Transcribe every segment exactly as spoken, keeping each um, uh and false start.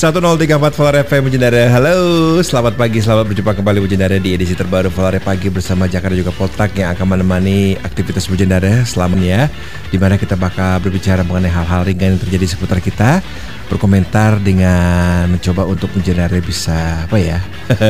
seratus tiga puluh empat Volare F M Bujendara. Halo, selamat pagi, selamat berjumpa kembali Bujendara di edisi terbaru Volare Pagi bersama Jakar dan juga Poltak yang akan menemani aktivitas Bujendara selamanya, di mana kita bakal berbicara mengenai hal-hal ringan yang terjadi seputar kita, berkomentar dengan mencoba untuk Bujendara bisa apa ya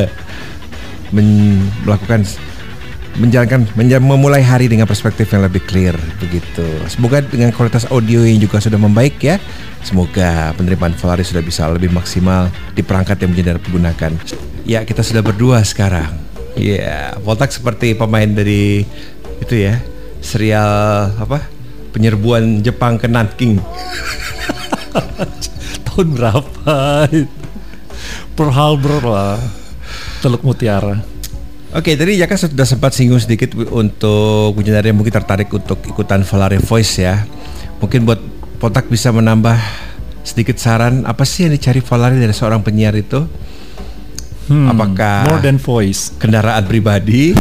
men- melakukan menjalankan menja- memulai hari dengan perspektif yang lebih clear begitu. Semoga dengan kualitas audio yang juga sudah membaik ya. Semoga penerimaan Volare sudah bisa lebih maksimal di perangkat yang Bujendara gunakan. Ya, kita sudah berdua sekarang. Ya, yeah. Poltak seperti pemain dari itu ya, serial apa? Penyerbuan Jepang ke Nanking. Tahun berapa? Pearl Harbor lah. Teluk Mutiara. Oke, tadi Jaka sudah sempat singgung sedikit untuk Bujendara yang mungkin tertarik untuk ikutan Volare Voice ya. Mungkin buat Poltak bisa menambah sedikit saran, apa sih yang dicari Volare dari seorang penyiar itu? Hmm, Apakah more than voice, kendaraan pribadi,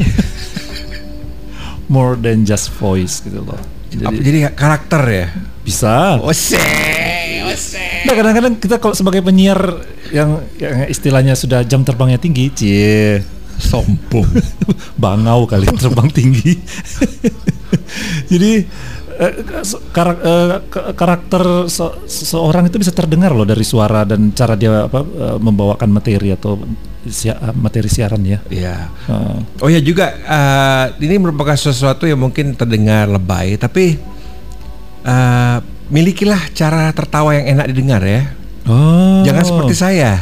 more than just voice gitu loh. Jadi, apa, jadi karakter ya? Bisa. Ose, ose. Nah, kadang-kadang kita kalau sebagai penyiar yang, yang istilahnya sudah jam terbangnya tinggi, cie. Sombong. Bangau kali terbang tinggi. Jadi eh, karak, eh, karakter se- seseorang itu bisa terdengar loh dari suara dan cara dia apa eh, membawakan materi atau si- materi siaran ya. Iya. Uh. Oh ya juga uh, ini merupakan sesuatu yang mungkin terdengar lebay, tapi uh, milikilah cara tertawa yang enak didengar ya. Oh. Jangan seperti saya.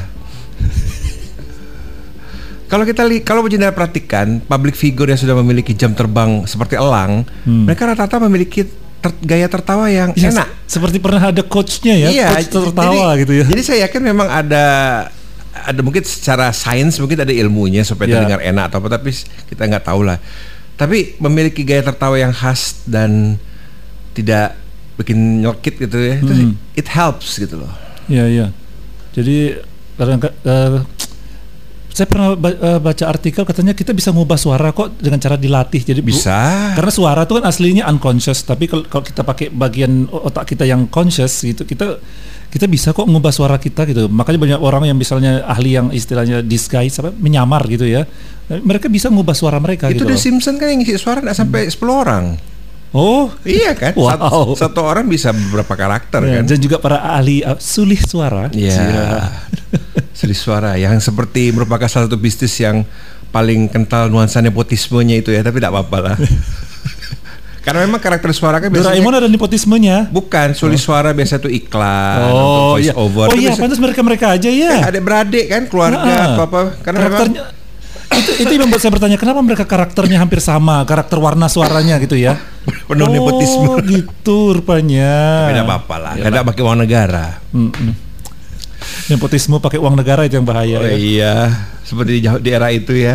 Kalau kita li, kalau Bujendara perhatikan public figure yang sudah memiliki jam terbang seperti elang, hmm. mereka rata-rata memiliki ter, gaya tertawa yang ya, enak. Seperti pernah ada coachnya ya, iya, coach tertawa jadi, gitu ya. Jadi saya yakin memang ada ada mungkin secara sains mungkin ada ilmunya supaya yeah. terdengar enak atau apa, tapi kita nggak tahu lah. Tapi memiliki gaya tertawa yang khas dan tidak bikin nyelkit gitu ya, itu hmm. it helps gitu loh. Iya iya. Jadi kadang uh, saya pernah baca artikel katanya kita bisa ngubah suara kok dengan cara dilatih. Jadi bisa. Karena suara itu kan aslinya unconscious, tapi kalau, kalau kita pakai bagian otak kita yang conscious gitu, kita kita bisa kok ngubah suara kita gitu. Makanya banyak orang yang misalnya ahli yang istilahnya disguise apa menyamar gitu ya. Mereka bisa ngubah suara mereka itu gitu. Itu The Simpsons kan yang ngisi suara enggak sampai hmm. sepuluh orang. Oh, iya kan? Wow. Satu, satu orang bisa beberapa karakter ya, kan? Dan juga para ahli uh, sulih suara. Iya. Sulih suara yang seperti merupakan salah satu bisnis yang paling kental nuansa nepotismenya itu ya, tapi tidak apa-apa lah. Karena memang karakter suara kan biasanya Doraemon ada nepotismenya. Bukan, sulih oh. suara biasa itu iklan, oh, voice iya. over. Oh iya, pantas mereka-mereka aja ya. Kan adik-beradik kan, keluarga nah, atau apa. Karena karakternya memang itu itu yang membuat saya bertanya, kenapa mereka karakternya hampir sama, karakter warna suaranya gitu ya. Penuh oh, nepotisme. Gitu rupanya. Tidak apa-apa lah, tidak pakai uang negara. Mm-mm. Nepotisme pakai uang negara itu yang bahaya. Oh ya. Iya, seperti di, di era itu ya.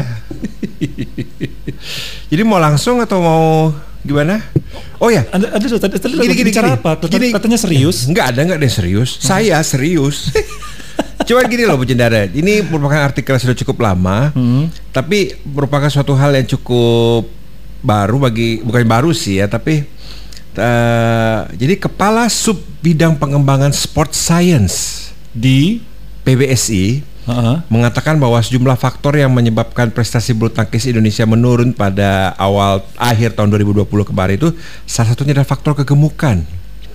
Jadi mau langsung atau mau gimana? Oh ya, Anda, anda tadi tadi gini, gini, bicara gini. apa? Gini, katanya serius? Enggak ada, enggak ada yang serius. Hmm. Saya serius. Coba gini loh Bujendara, ini merupakan artikel yang sudah cukup lama, hmm. tapi merupakan suatu hal yang cukup baru bagi, bukan baru sih ya, tapi uh, jadi Kepala Sub Bidang Pengembangan Sport Science di P B S I uh-huh. mengatakan bahwa sejumlah faktor yang menyebabkan prestasi bulu tangkis Indonesia menurun pada awal akhir tahun dua ribu dua puluh kemarin itu salah satunya adalah faktor kegemukan.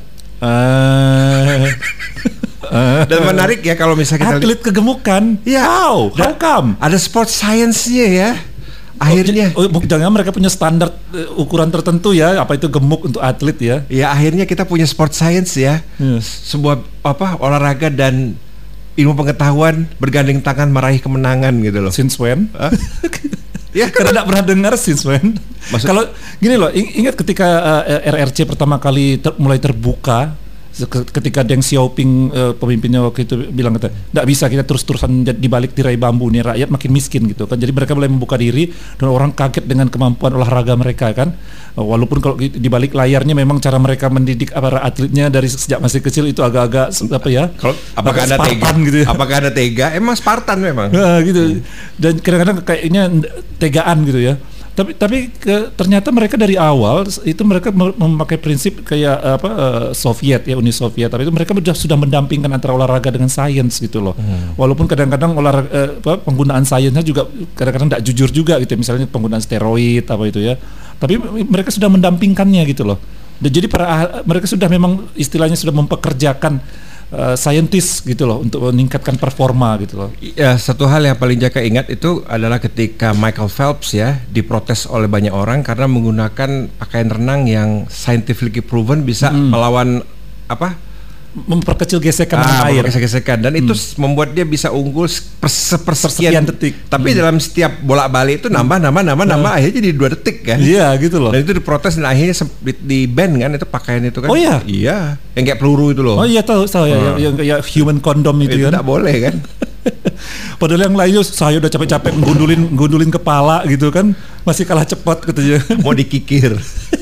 Uh, Dan menarik ya kalau misalnya kita atlet kegemukan. Ya, how? How come? Ada sport science-nya ya. Akhirnya oh, oh, jangan mereka punya standar uh, ukuran tertentu ya, apa itu gemuk untuk atlet ya. Ya, akhirnya kita punya sport science ya. Yes. Sebuah apa olahraga dan ilmu pengetahuan bergandeng tangan meraih kemenangan gitu loh. Since when? Huh? Ya, karena tidak pernah dengar since when. Maksud... Kalau gini loh, ingat ketika uh, R R C pertama kali ter- mulai terbuka, ketika Deng Xiaoping uh, pemimpinnya waktu itu bilang kata, tidak bisa kita terus-terusan di balik tirai bambu nih, rakyat makin miskin gitu kan. Jadi mereka mulai membuka diri dan orang kaget dengan kemampuan olahraga mereka kan. Uh, walaupun kalau di balik layarnya memang cara mereka mendidik para atletnya dari sejak masih kecil itu agak-agak apa ya? Kalau apakah ada tega? Gitu ya. Apakah ada tega? Emang Spartan memang. Nah, gitu. Dan kadang-kadang kayaknya tegaan gitu ya. Tapi tapi ke, ternyata mereka dari awal itu mereka memakai prinsip kayak apa uh, Soviet ya, Uni Soviet. Tapi itu mereka sudah sudah mendampingkan antara olahraga dengan sains gitu loh. Hmm. Walaupun kadang-kadang olahraga uh, apa, penggunaan sainsnya juga kadang-kadang tidak jujur juga gitu. Misalnya penggunaan steroid apa itu ya. Tapi mereka sudah mendampingkannya gitu loh. Jadi para mereka sudah memang istilahnya sudah mempekerjakan Uh, scientist gitu loh untuk meningkatkan performa gitu loh. Ya, satu hal yang paling Jaka ingat itu adalah ketika Michael Phelps ya diprotes oleh banyak orang karena menggunakan pakaian renang yang scientifically proven bisa hmm. melawan apa? memperkecil gesekan ah, air. Gesekan dan hmm. itu membuat dia bisa unggul sepersekian detik. Tapi hmm. dalam setiap bolak-balik itu nambah nambah nambah nah. nambah akhirnya jadi dua detik kan. Iya gitu loh. Dan itu diprotes dan akhirnya di, di ban kan itu pakaian itu kan. Oh iya. Iya, yang kayak peluru itu loh. Oh iya tahu tahu hmm. ya yang kayak human condom itu, itu kan. Tidak boleh kan. Padahal yang lainnya saya udah capek-capek gundulin gundulin kepala gitu kan masih kalah cepat katanya. Mau dikikir.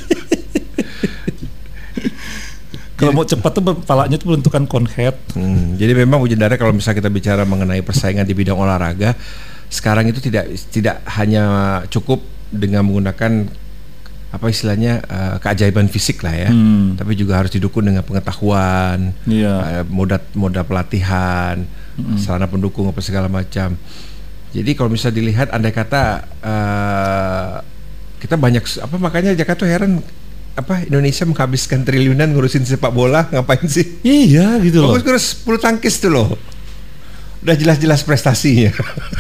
Kalau mau cepat tuh kepalanya tuh menentukan konhead. Hmm, jadi memang Ujendara kalau misalnya kita bicara mengenai persaingan di bidang olahraga, sekarang itu tidak tidak hanya cukup dengan menggunakan apa istilahnya uh, keajaiban fisik lah ya, hmm. tapi juga harus didukung dengan pengetahuan, yeah. uh, moda moda pelatihan, hmm. sarana pendukung apa segala macam. Jadi kalau bisa dilihat, andai kata uh, kita banyak apa makanya Jakarta tuh heran. Apa Indonesia menghabiskan triliunan ngurusin sepak bola, ngapain sih? Iya gitu loh. Fokus bulu tangkis tuh loh. Udah jelas-jelas prestasinya.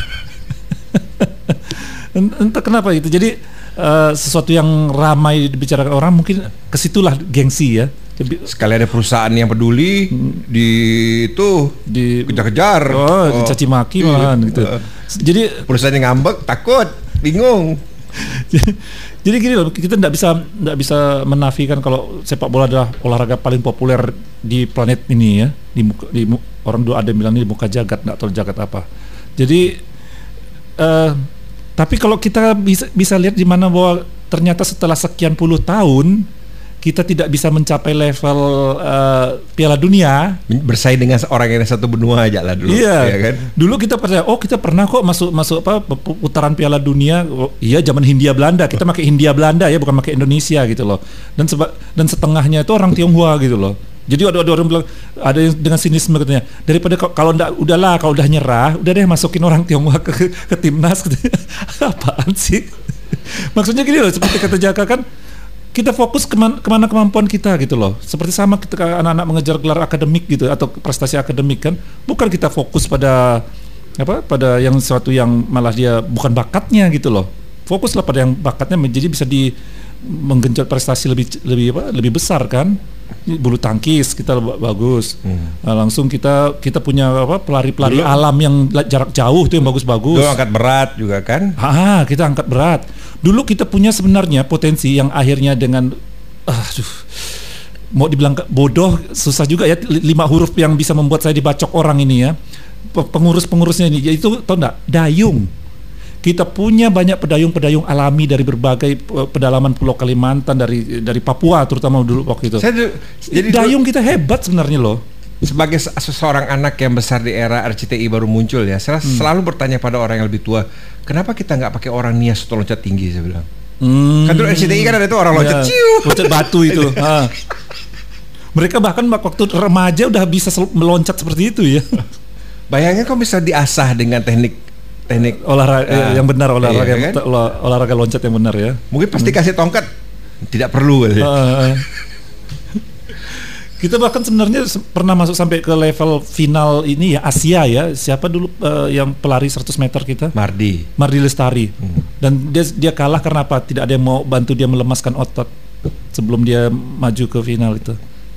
Entah kenapa itu. Jadi uh, sesuatu yang ramai dibicarakan orang mungkin kesitulah gengsi ya. Sekali ada perusahaan yang peduli hmm. di itu di kejar-kejar, oh, oh. dicaci maki malahan gitu. Uh, Jadi perusahaan yang ngambek takut, bingung. Jadi gini loh, kita tidak bisa tidak bisa menafikan kalau sepak bola adalah olahraga paling populer di planet ini ya. Di muka, di orang dulu ada yang bilang ini muka jagat, nggak tahu jagat apa. Jadi, uh, tapi kalau kita bisa bisa lihat di mana bahwa ternyata setelah sekian puluh tahun kita tidak bisa mencapai level uh, Piala Dunia, bersaing dengan orang yang satu benua aja lah dulu. Iya, ya kan? Dulu kita percaya, oh kita pernah kok masuk masuk apa putaran Piala Dunia. Oh, iya, zaman Hindia Belanda kita pakai Hindia Belanda ya, bukan pakai Indonesia gitu loh. Dan seba, dan setengahnya itu orang Tionghoa gitu loh. Jadi ada, ada orang bilang, ada yang dengan sinisme katanya, daripada kalau ndak udahlah kalau udah nyerah, udah deh masukin orang Tionghoa ke, ke, ke timnas. Apaan sih? Maksudnya gini loh, seperti kata Jaka kan. Kita fokus kemana, kemana kemampuan kita gitu loh. Seperti sama ketika anak-anak mengejar gelar akademik gitu atau prestasi akademik kan, bukan kita fokus pada apa pada yang sesuatu yang malah dia bukan bakatnya gitu loh. Fokuslah pada yang bakatnya menjadi bisa di menggenjot prestasi lebih lebih apa lebih besar kan. Bulu tangkis kita bagus. Hmm. Nah, langsung kita kita punya apa pelari-pelari dulu, alam yang jarak jauh itu yang bagus-bagus. Dulu angkat berat juga kan? Ah, kita angkat berat. Dulu kita punya sebenarnya potensi yang akhirnya dengan ah, aduh, mau dibilang bodoh susah juga ya, lima huruf yang bisa membuat saya dibacok orang ini ya. Pengurus-pengurusnya ini yaitu tau enggak? Dayung. Kita punya banyak pedayung-pedayung alami dari berbagai pedalaman Pulau Kalimantan, dari dari Papua terutama dulu waktu itu. Saya, jadi dayung dulu, kita hebat sebenarnya loh. Sebagai seorang anak yang besar di era R C T I baru muncul ya, saya hmm. selalu bertanya pada orang yang lebih tua, kenapa kita nggak pakai orang nias atau loncat tinggi, saya bilang. Hmm. Kan dulu R C T I kan ada tuh orang loncat, ya, ciu, loncat batu itu. ha. Mereka bahkan waktu remaja udah bisa meloncat seperti itu ya. Bayangin kok bisa diasah dengan teknik teknik olahraga uh, yang benar, olahraga iya, kan? olahraga loncat yang benar ya. Mungkin pasti kasih tongkat tidak perlu. Uh, kita bahkan sebenarnya pernah masuk sampai ke level final ini ya Asia ya. Siapa dulu uh, yang pelari seratus meter kita? Mardi. Mardi Lestari. Hmm. Dan dia dia kalah karena apa? Tidak ada yang mau bantu dia melemaskan otot sebelum dia maju ke final itu.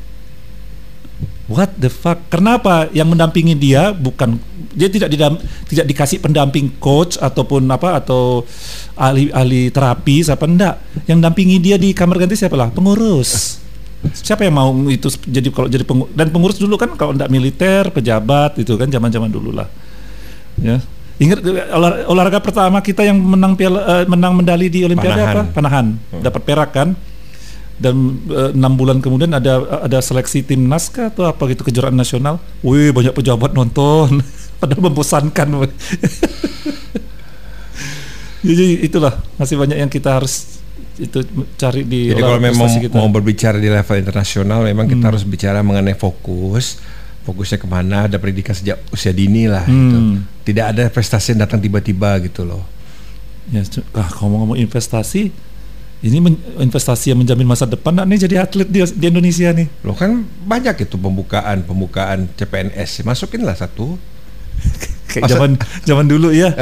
What the fuck? Kenapa yang mendampingi dia bukan dia tidak didam, tidak dikasih pendamping coach ataupun apa atau ahli ahli terapi siapa enggak? Yang dampingi dia di kamar ganti siapa lah? Pengurus. Siapa yang mau itu jadi kalau jadi pengurus, dan pengurus dulu kan kalau enggak militer, pejabat itu kan zaman-zaman dulu lah. Ya. Ingat olah, olahraga pertama kita yang menang piala, uh, menang medali di Olimpiade Panahan. apa? Panahan. Hmm. Dapat perak kan? Dan enam uh, bulan kemudian ada ada seleksi timnas kah atau apa gitu, kejuaraan nasional. Wih, banyak pejabat nonton. Padahal membosankan. Jadi itulah masih banyak yang kita harus itu cari di. Jadi kalau memang kita. mau berbicara di level internasional, memang kita Hmm. harus bicara mengenai fokus, fokusnya kemana, ada pendidikan sejak usia dini lah. Hmm. Gitu. Tidak ada prestasi yang datang tiba-tiba gitu loh. Ya, ah, kalau ngomong investasi, ini men- investasi yang menjamin masa depan, nah, nih jadi atlet di, di Indonesia nih. Loh kan banyak itu pembukaan pembukaan C P N S, masukin lah satu. Kayak zaman zaman dulu ya.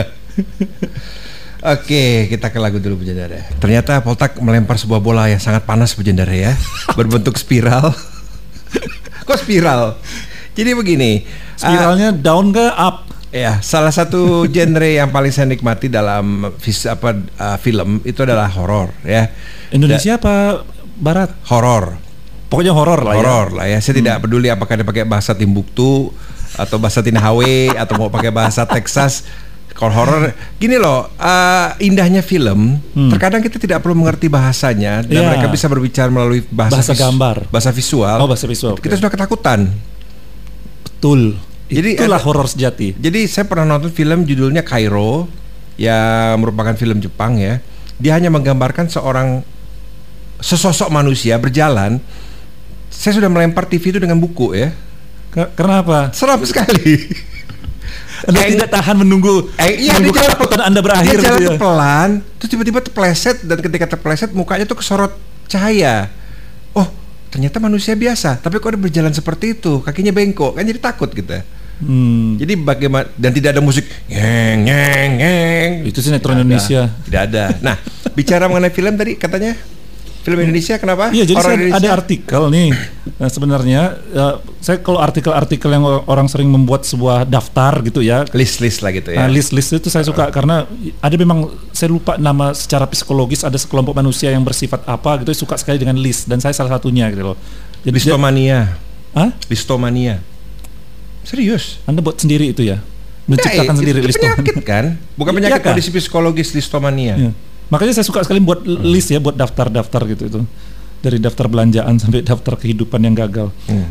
Oke, kita ke lagu dulu Bu Jendara. Ternyata Poltak melempar sebuah bola yang sangat panas Bu Jendara ya, berbentuk spiral. Kok spiral? Jadi begini, Spiralnya uh, down ke up? Ya, salah satu genre yang paling saya nikmati dalam vis, apa uh, film itu adalah horor ya. Indonesia da- apa Barat? Horor. Pokoknya horor lah. Horor ya. lah ya. Saya hmm. tidak peduli apakah dia pakai bahasa Timbuktu atau bahasa Tinahawe atau mau pakai bahasa Texas. Kalau horor, gini loh, uh, indahnya film. Hmm. Terkadang kita tidak perlu mengerti bahasanya dan yeah. mereka bisa berbicara melalui bahasa, bahasa vis- gambar, bahasa visual. Oh, bahasa visual. Kita okay. sudah ketakutan. Betul. Jadi itulah ada, horor sejati. Jadi saya pernah nonton film judulnya Kairo yang merupakan film Jepang ya. Dia hanya menggambarkan seorang sesosok manusia berjalan. Saya sudah melempar T V itu dengan buku ya. Karena apa? Seram sekali. Anda eh, tidak tahan menunggu, eh, iya, menunggu ketakutan Anda berakhir. Dia jalan gitu ya? pelan, terus tiba-tiba terpleset dan ketika terpleset mukanya tuh kesorot cahaya. Oh, ternyata manusia biasa, tapi kok dia berjalan seperti itu, kakinya bengkok, kan jadi takut kita. Hmm. Jadi bagaimana, dan tidak ada musik ngeng ngeng ngeng. Itu sinetron Indonesia. Tidak ada. Nah, bicara mengenai film tadi katanya film Indonesia kenapa? Iya, jadi saya Indonesia? Ada artikel nih. Nah, sebenarnya uh, saya kalau artikel-artikel yang orang sering membuat sebuah daftar gitu ya, list-list lah gitu ya. Nah, list-list itu saya suka uh. karena ada memang saya lupa nama secara psikologis, ada sekelompok manusia yang bersifat apa gitu suka sekali dengan list dan saya salah satunya gitu loh. Jadi listomania. Hah? Listomania. Serius? Anda buat sendiri itu ya? Menciptakan nah, sendiri listomania. Penyakit kan? Bukan penyakit kondisi psikologis listomania. Ya. Makanya saya suka sekali buat hmm. list ya, buat daftar-daftar gitu itu. Dari daftar belanjaan sampai daftar kehidupan yang gagal. Hmm.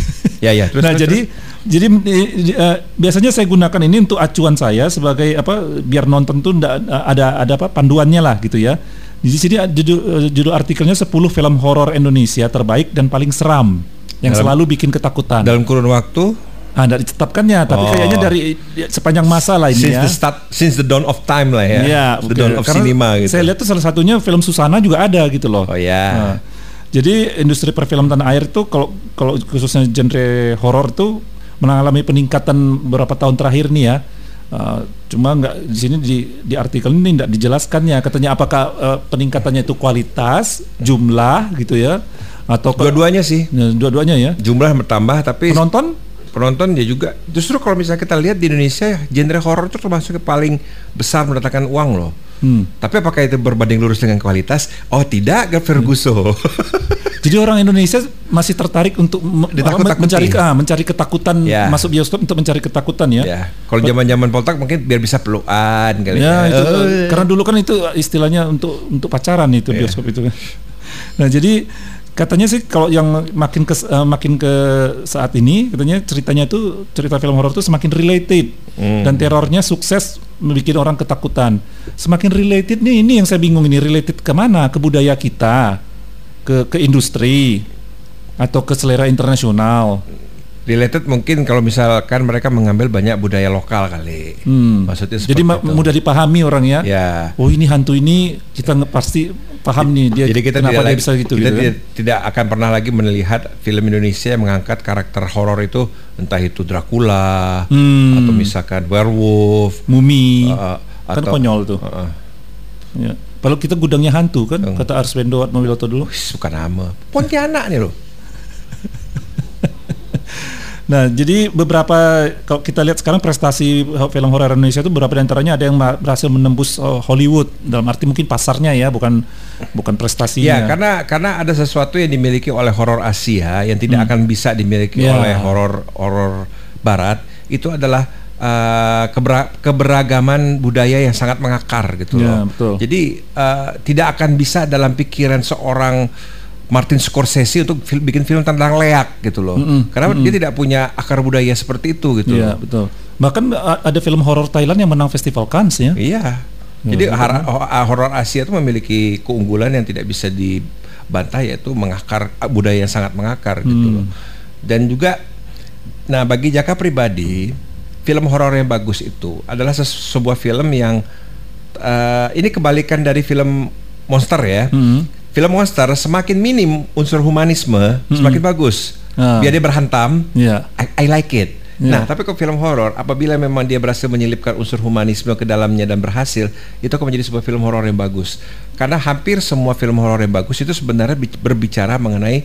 ya ya. Terus, nah terus, jadi terus. jadi uh, biasanya saya gunakan ini untuk acuan saya sebagai apa biar nonton tuh nda, ada ada apa panduannya lah gitu ya. Di sini judul, judul artikelnya sepuluh film horor Indonesia terbaik dan paling seram yang dalam, selalu bikin ketakutan. Dalam kurun waktu? Ah, tidak ditetapkannya, tapi oh. kayaknya dari sepanjang masa lah ini since ya. The start, since the dawn of time lah ya. Yeah, the okay. dawn of Karena cinema gitu. Saya lihat tuh salah satunya film Susana juga ada gitu loh. Oh ya. Yeah. Nah, jadi industri perfilm tanah air tuh kalau kalau khususnya genre horor tuh mengalami peningkatan beberapa tahun terakhir nih ya. Uh, cuma nggak di sini di, di artikel ini tidak dijelaskannya. Katanya apakah uh, peningkatannya itu kualitas, jumlah gitu ya, atau dua-duanya sih. Ya, dua-duanya ya. Jumlah bertambah tapi penonton penonton dia juga. Justru kalau misalnya kita lihat di Indonesia genre horor itu termasuk yang paling besar mendatangkan uang loh. Hmm. Tapi apakah itu berbanding lurus dengan kualitas? Oh tidak, Ferguson. Jadi orang Indonesia masih tertarik untuk mencari ah, mencari ketakutan, ya. Masuk bioskop untuk mencari ketakutan ya. Ya. Kalau zaman-zaman Poltak mungkin biar bisa pelukan kali ya. ya. Itu, oh. Karena dulu kan itu istilahnya untuk untuk pacaran itu ya. Bioskop itu. Nah jadi katanya sih kalau yang makin ke uh, makin ke saat ini katanya ceritanya itu cerita film horor itu semakin related hmm. dan terornya sukses membuat orang ketakutan. Semakin related nih ini yang saya bingung ini related kemana? Ke budaya kita, ke ke industri atau ke selera internasional. Related mungkin kalau misalkan mereka mengambil banyak budaya lokal kali. Hmm. Maksudnya seperti jadi ma- mudah dipahami orang ya. Ya. Oh ini hantu ini kita nge- pasti paham nih dia. Jadi kita kenapa tidak dia lagi, bisa gitu. Kita gitu, tidak, kan? tidak akan pernah lagi melihat film Indonesia yang mengangkat karakter horor itu entah itu Dracula hmm. atau misalkan werewolf, mumi, uh, kan atau, konyol tuh. Uh, uh. Ya. Kalau kita gudangnya hantu kan, uh. kata Arswendo Atmawiloto dulu. Wih, bukan nama. Pontianak nih loh. Nah, jadi beberapa kalau kita lihat sekarang prestasi film horor Indonesia itu beberapa diantaranya ada yang berhasil menembus Hollywood dalam arti mungkin pasarnya ya, bukan bukan prestasinya. Ya, karena karena ada sesuatu yang dimiliki oleh horor Asia yang tidak hmm. akan bisa dimiliki ya. oleh horor horor Barat. Itu adalah uh, keber, keberagaman budaya yang sangat mengakar gitu ya, loh. Betul. Jadi uh, tidak akan bisa dalam pikiran seorang Martin Scorsese untuk film, bikin film tentang leak gitu loh, mm-hmm. karena mm-hmm. dia tidak punya akar budaya seperti itu gitu. Iya loh. betul. Bahkan ada film horor Thailand yang menang Festival Cannes ya. Iya. Jadi hara- horor Asia itu memiliki keunggulan yang tidak bisa dibantah, yaitu mengakar, budaya yang sangat mengakar hmm. gitu loh. Dan juga, nah bagi Jaka pribadi, film horor yang bagus itu adalah ses- sebuah film yang uh, ini kebalikan dari film monster ya. Hmm. Film monster semakin minim unsur humanisme, hmm. semakin bagus. Ah. Biar dia berhantam, yeah. I, I like it. Yeah. Nah, tapi kalau film horor, apabila memang dia berhasil menyelipkan unsur humanisme ke dalamnya dan berhasil, itu akan menjadi sebuah film horor yang bagus. Karena hampir semua film horor yang bagus itu sebenarnya berbicara mengenai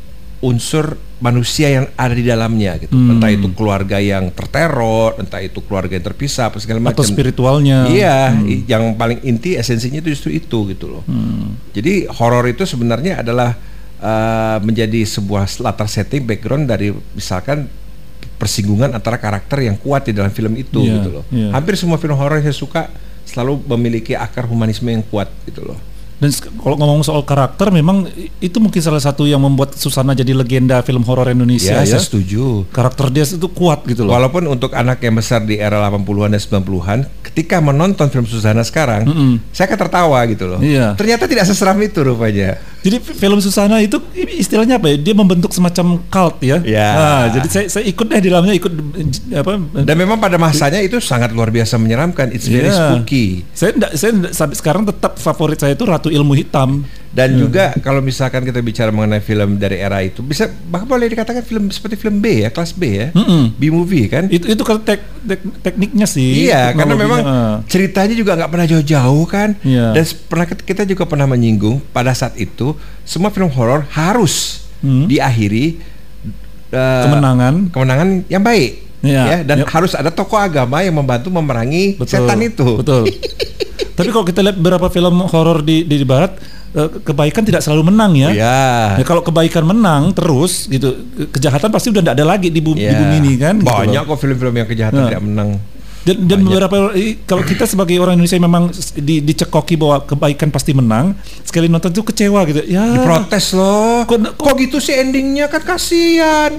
unsur manusia yang ada di dalamnya gitu. Hmm. Entah itu keluarga yang terteror, entah itu keluarga yang terpisah, apa segala macam. Atau spiritualnya. Iya, hmm. yang paling inti esensinya itu justru itu gitu loh. Hmm. Jadi horor itu sebenarnya adalah uh, menjadi sebuah latar setting background dari misalkan persinggungan antara karakter yang kuat di dalam film itu yeah, gitu loh. Yeah. Hampir semua film horor yang saya suka selalu memiliki akar humanisme yang kuat gitu loh. Dan kalau ngomong soal karakter, memang itu mungkin salah satu yang membuat Susana jadi legenda film horor Indonesia ya. Ya, saya setuju. Karakter dia itu kuat gitu loh. Walaupun untuk anak yang besar di era delapan puluhan dan sembilan puluhan, ketika menonton film Susana sekarang, mm-hmm. saya akan tertawa gitu loh. Iya. Ternyata tidak seseram itu rupanya. Jadi film Susana itu istilahnya apa ya? Dia membentuk semacam cult ya. Ya. Nah, jadi saya, saya ikut deh di dalamnya, ikut apa? Dan memang pada masanya itu sangat luar biasa menyeramkan. It's very yeah. spooky. Saya enggak, saya enggak, sampai sekarang tetap favorit saya itu Ratu Ilmu Hitam. Dan hmm. juga kalau misalkan kita bicara mengenai film dari era itu, bisa bahkan boleh dikatakan film seperti film B ya, kelas B ya, mm-mm. B-movie kan? Itu itu kan tek, tek, tekniknya sih. Iya, karena memang uh. ceritanya juga nggak pernah jauh-jauh kan. Yeah. Dan pernah kita juga pernah menyinggung pada saat itu semua film horor harus hmm. diakhiri uh, kemenangan, kemenangan yang baik. Yeah. Ya, dan yep. harus ada tokoh agama yang membantu memerangi betul, setan itu. Betul. Tapi kalau kita lihat beberapa film horor di, di di barat, kebaikan tidak selalu menang ya. Yeah. Nah, kalau kebaikan menang terus gitu, kejahatan pasti udah tidak ada lagi di, bu, yeah. di bumi ini kan. Banyak gitu kok film-film yang kejahatan nah. tidak menang. Dan, dan beberapa kalau kita sebagai orang Indonesia memang di, dicekoki bahwa kebaikan pasti menang, sekali nonton tuh kecewa gitu. Ya. Diprotes loh. Kok, kok gitu sih endingnya, kan kasihan.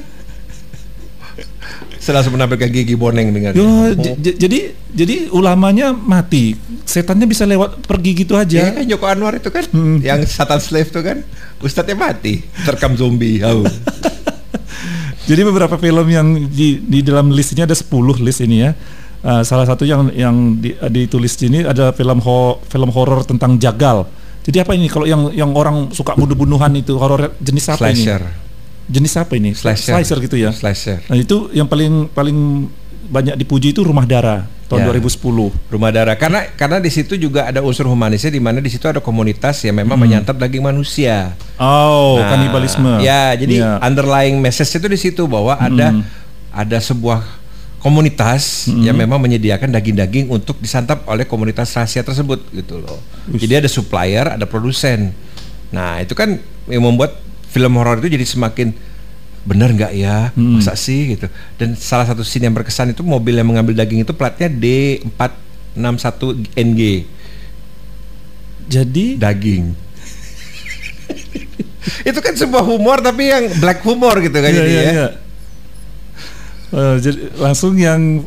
Saya langsung menampilkan gigi boneng dengan Yo, j- j- jadi jadi ulamanya mati, setannya bisa lewat pergi gitu aja. Ya kan Joko Anwar itu kan hmm. yang Satan Slave itu kan ustadznya mati terkam zombie. Oh. Jadi beberapa film yang di, di dalam list ini ada sepuluh list ini ya. Uh, salah satu yang yang di, ditulis ini ada film ho, film horor tentang jagal. Jadi apa ini kalau yang yang orang suka bunuh-bunuhan itu horor jenis apa Slasher. ini? Jenis apa ini? Slasher. Slasher gitu ya. Slasher. Nah, itu yang paling paling banyak dipuji itu Rumah Dara tahun ya. dua ribu sepuluh. Rumah Dara karena karena di situ juga ada unsur humanisnya, di mana di situ ada komunitas yang memang hmm. menyantap daging manusia. Oh, nah, kanibalisme. Ya, jadi ya. underlying message itu di situ bahwa hmm. ada ada sebuah komunitas hmm. yang memang menyediakan daging-daging untuk disantap oleh komunitas rahasia tersebut gitu loh. Uish. Jadi ada supplier, ada produsen. Nah, itu kan yang membuat film horor itu jadi semakin benar nggak ya, hmm. masa sih gitu. Dan salah satu scene yang berkesan itu mobil yang mengambil daging itu platnya D empat enam satu N G. Jadi daging. Itu kan sebuah humor tapi yang black humor gitu kan. Iya, jadi iya, ya. Iya. Uh, jadi langsung yang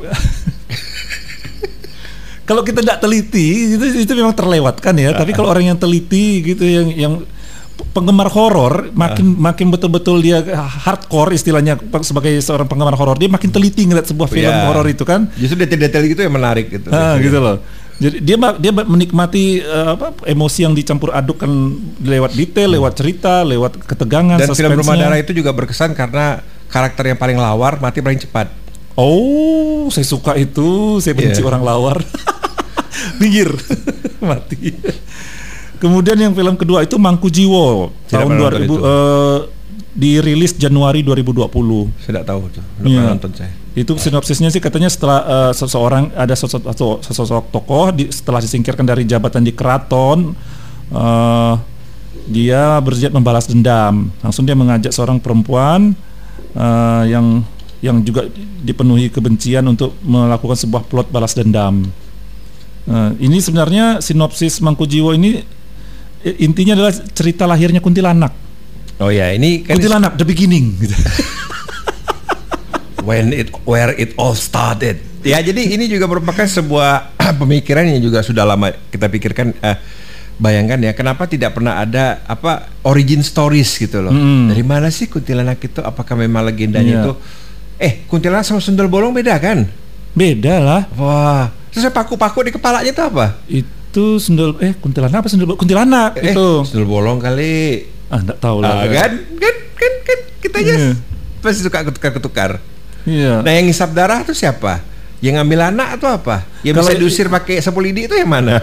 kalau kita tidak teliti itu itu memang terlewatkan ya. Uh, Tapi kalau orang yang teliti gitu, yang yang penggemar horor makin uh. makin betul-betul dia hardcore istilahnya sebagai seorang penggemar horor, dia makin teliti ngeliat sebuah film yeah. horor itu kan. Justru detail-detail gitu yang menarik gitu. Ah, gitu loh. Jadi dia dia menikmati uh, apa emosi yang dicampur aduk kan lewat detail, hmm. lewat cerita, lewat ketegangan. Dan film Rumah Dara itu juga berkesan karena karakter yang paling lawar mati paling cepat. Oh, saya suka itu. Saya benci yeah. orang lawar. Pinggir mati. Kemudian yang film kedua itu Mangku Jiwo tahun dua ribu uh, dirilis Januari dua ribu dua puluh. Saya tidak tahu tuh, belum yeah. nonton saya. Itu sinopsisnya sih katanya setelah uh, seseorang ada sosok atau sosok tokoh di, setelah disingkirkan dari jabatan di keraton, uh, dia berniat membalas dendam. Langsung dia mengajak seorang perempuan uh, yang yang juga dipenuhi kebencian untuk melakukan sebuah plot balas dendam. Uh, ini sebenarnya sinopsis Mangku Jiwo ini intinya adalah cerita lahirnya kuntilanak. Oh ya, ini kan kuntilanak the beginning gitu. when it where it all started. Ya, jadi ini juga merupakan sebuah pemikiran yang juga sudah lama kita pikirkan. Uh, bayangkan ya, kenapa tidak pernah ada apa origin stories gitu loh. Hmm. Dari mana sih kuntilanak itu? Apakah memang legendanya yeah. itu? Eh, kuntilanak sama sundel bolong beda kan? Beda lah. Wah, terus paku-paku di kepalanya itu apa? Itu sundel eh kuntilanak apa sundel bolong? Kuntilanak eh, itu. Sundel bolong kali. Ah, enggak tahu lah. Ah, kan? Kan kan kan kita aja yeah. pasti suka ketukar-ketukar. Iya. Nah, yang ngisap darah itu siapa? Yang ngambil anak atau apa? Yang Kalo bisa diusir pakai sapu lidi itu yang mana?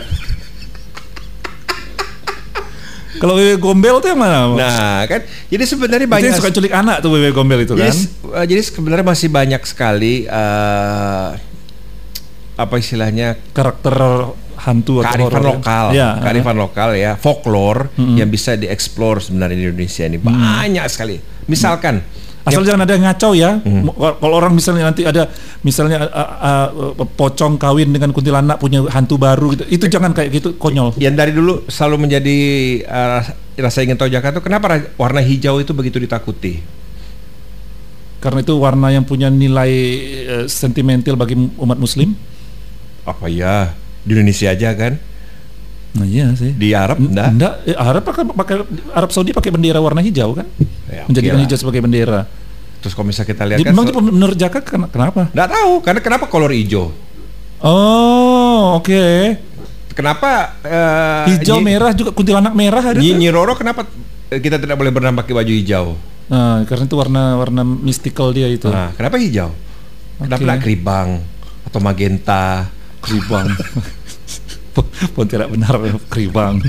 Kalau wewe gombel itu yang mana? Nah, kan jadi sebenarnya banyak yang suka culik anak tuh wewe gombel itu jadi, kan. Uh, jadi sebenarnya masih banyak sekali uh, apa istilahnya karakter hantu atau kearifan lokal, ya, kearifan uh. lokal ya, folklore mm-hmm. yang bisa dieksplor sebenarnya di Indonesia ini banyak mm. sekali. Misalkan asal ya, jangan ada yang ngacau ya. Hmm. Kalau orang misalnya nanti ada misalnya uh, uh, pocong kawin dengan kuntilanak punya hantu baru gitu, itu jangan kayak gitu, konyol. Yang dari dulu selalu menjadi uh, rasa ingin tahu Jakarta, kenapa warna hijau itu begitu ditakuti? Karena itu warna yang punya nilai uh, sentimental bagi umat Muslim. Apa ya? Di Indonesia aja kan? Nah iya sih. Di Arab enggak? Enggak, eh, Arab pakai, pakai Arab Saudi pakai bendera warna hijau kan? Ya, menjadikan okay hijau sebagai bendera. Terus kalau misalnya kita lihat kan memang so, menurut Jakarta kenapa? Enggak tahu, karena kenapa kolor hijau? Oh, oke. Okay. Kenapa uh, hijau nyi, merah juga kuntilanak merah ada? Nyi, Nyi Roro kenapa kita tidak boleh berenang pakai baju hijau? Nah, karena itu warna-warna mystical dia itu. Nah, kenapa hijau? Kenapa okay. keribang atau magenta? Keribang. Pun tidak benar keribang.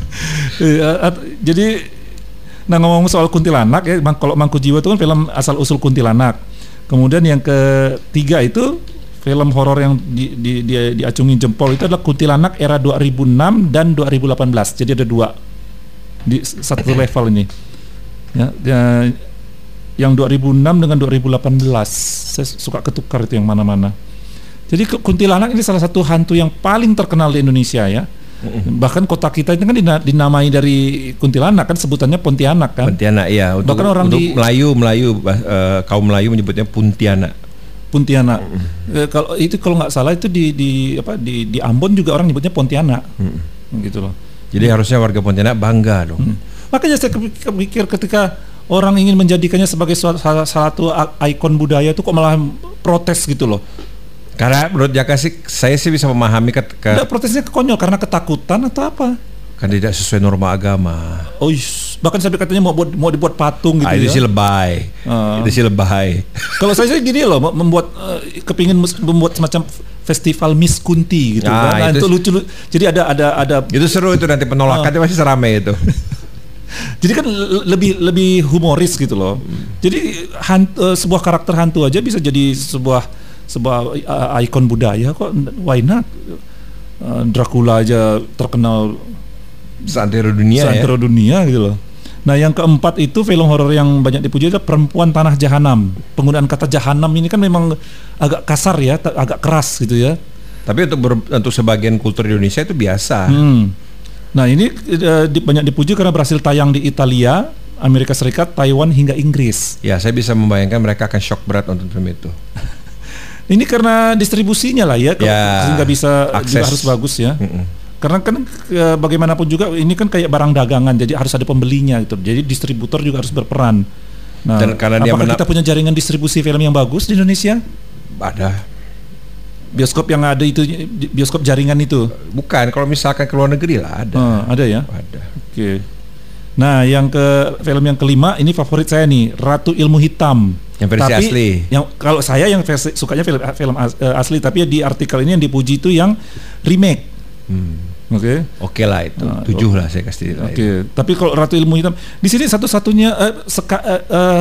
Jadi, nah ngomong soal kuntilanak ya, kalau Mangku Jiwa itu kan film asal usul kuntilanak. Kemudian yang ketiga itu film horor yang di, di, di, diacungi jempol itu adalah Kuntilanak era dua ribu enam dan dua ribu delapan belas. Jadi ada dua di satu level ini. Ya, ya, yang dua ribu enam dengan dua ribu delapan belas saya suka ketukar itu yang mana-mana. Jadi kuntilanak ini salah satu hantu yang paling terkenal di Indonesia ya. Bahkan kota kita itu kan dinamai dari kuntilanak kan, sebutannya Pontianak kan. Pontianak iya. Untuk, bahkan orang untuk di Melayu Melayu uh, kaum Melayu menyebutnya Pontianak. Pontianak. Mm. E, kalau itu kalau nggak salah itu di di apa di di Ambon juga orang nyebutnya Pontianak. Mm. Gitu loh. Jadi harusnya warga Pontianak bangga dong. Mm. Makanya saya kepikir ketika orang ingin menjadikannya sebagai salah satu ikon budaya itu kok malah protes gitu loh. Karena menurut Jaka sih, saya sih bisa memahami ke, ke Nggak, protesnya konyol karena ketakutan atau apa? Kan tidak sesuai norma agama. Oh, yes. Bahkan sampai katanya mau buat, mau dibuat patung gitu ah, itu ya. Sih lebay. Uh. Itu sih lebay. Kalau saya sih gini loh, membuat uh, kepingin membuat semacam festival Miss Kunti gitu. Nah, nah, itu, itu lucu, lucu. Jadi ada ada ada. Itu seru itu, nanti penolakannya uh. masih seramai itu. Jadi kan lebih lebih humoris gitu loh. Hmm. Jadi hantu, uh, sebuah karakter hantu aja bisa jadi sebuah sebuah uh, ikon budaya kok, why not? Uh, Dracula aja terkenal seantero dunia seantero ya? dunia gitu loh. Nah yang keempat itu film horor yang banyak dipuji itu Perempuan Tanah Jahanam. Penggunaan kata jahanam ini kan memang agak kasar ya, agak keras gitu ya. Tapi untuk ber, untuk sebagian kultur Indonesia itu biasa. Hmm. Nah ini uh, di, banyak dipuji karena berhasil tayang di Italia, Amerika Serikat, Taiwan hingga Inggris. Ya saya bisa membayangkan mereka akan shock berat nonton film itu. Ini karena distribusinya lah ya, ya sehingga bisa juga harus bagus ya. Mm-mm. Karena kan e, bagaimanapun juga ini kan kayak barang dagangan, jadi harus ada pembelinya gitu. Jadi distributor juga harus berperan. Nah, dan karena apakah dia kita punya jaringan distribusi film yang bagus di Indonesia? Ada. Bioskop yang ada itu, bioskop jaringan itu? Bukan, kalau misalkan ke luar negeri lah ada. Oh, ada ya? Ada. Oke. Okay. Nah, yang ke film yang kelima ini favorit saya nih, Ratu Ilmu Hitam. Yang versi tapi, asli. Yang kalau saya yang versi, sukanya film film asli, tapi di artikel ini yang dipuji itu yang remake. Hmm. Oke. Okay. Oke okay lah itu. Nah, Tujuh lah saya kasih. Oke. Okay. Tapi kalau Ratu Ilmu Hitam di sini satu-satunya uh, seka, uh, uh,